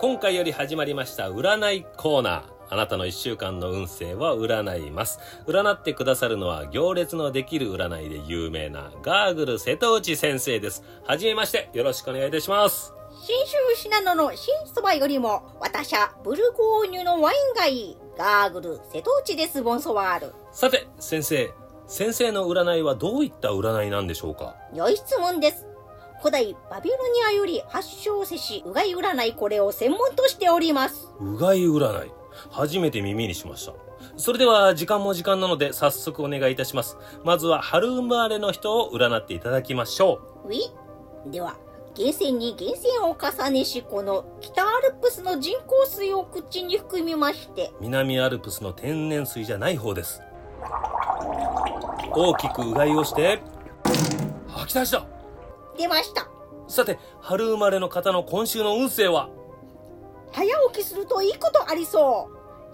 今回より始まりました占いコーナー。あなたの1週間の運勢は占います。占ってくださるのは行列のできる占いで有名なガーグル瀬戸内先生です。はじめまして、よろしくお願いいたします。 信州信濃の新そばよりも私はブルゴーニュのワインがいいガーグル瀬戸内です。ボンソワール。 さて先生の占いはどういった占いなんでしょうか？ 良い質問です。古代バビロニアより発祥せしうがい占い、これを専門としております。 うがい占い、初めて耳にしました。それでは時間も時間なので早速お願いいたします。まずは春生まれの人を占っていただきましょう。では源泉に源泉を重ねし、この北アルプスの人工水を口に含みまして、 南アルプスの天然水じゃない方です。大きくうがいをして吐き出した。 出ました。 さて春生まれの方の今週の運勢は？ 早起きするといいことありそう。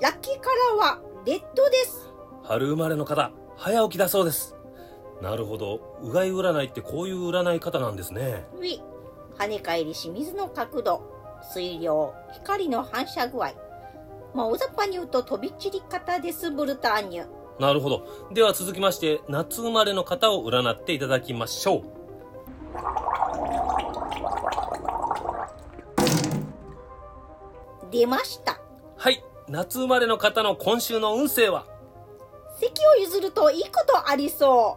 ラッキーカラーはレッドです。 春生まれの方、早起きだそうです。なるほど、うがい占いってこういう占い方なんですね。 跳ね返りし水の角度、水量、光の反射具合、大雑把に言うと飛び散り方です。ブルターニュ。 なるほど。では続きまして夏生まれの方を占っていただきましょう。 出ました。 はい、夏生まれの方の今週の運勢は？ 席を譲るといいことありそう。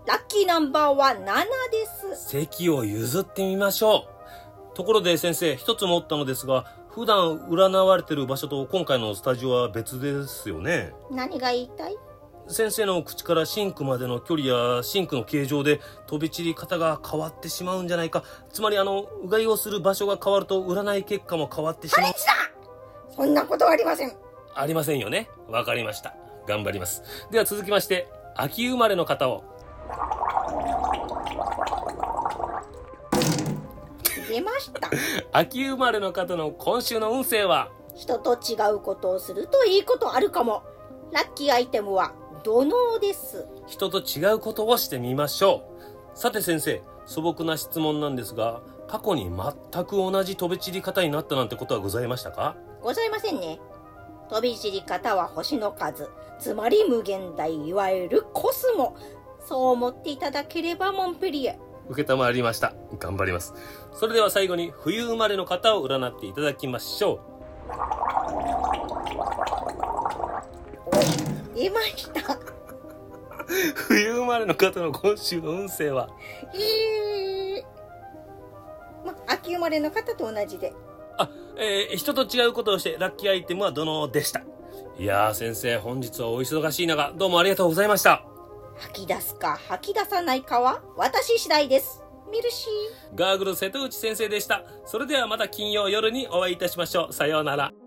ラッキーナンバーは7です。 席を譲ってみましょう。ところで先生、一つ思ったのですが、普段占われてる場所と今回のスタジオは別ですよね。 何が言いたい？ 先生の口からシンクまでの距離やシンクの形状で飛び散り方が変わってしまうんじゃないか。つまりうがいをする場所が変わると占い結果も変わってしまう。 ハリチだ！そんなことはありません。 ありませんよね。わかりました。頑張ります。では続きまして秋生まれの方を。 出ました。 秋生まれの方の今週の運勢は？ 人と違うことをするといいことあるかも。ラッキーアイテムは土のうです。 人と違うことをしてみましょう。さて先生、素朴な質問なんですが、過去に全く同じ飛び散り方になったなんてことはございましたか？ ございませんね。飛び散り方は星の数、つまり無限大、いわゆるコスモ。そう思っていただければモンペリエ。 承りました。頑張ります。それでは最後に冬生まれの方を占っていただきましょう。出ました。 冬生まれの方の今週の運勢は？ 秋生まれの方と同じで。 人と違うことをしてラッキーアイテムは土のうでした。いやー先生、本日はお忙しい中どうもありがとうございました。 吐き出すか吐き出さないかは私次第です。ミルシー。 ガーグル瀬戸内先生でした。それではまた金曜夜にお会いいたしましょう。さようなら。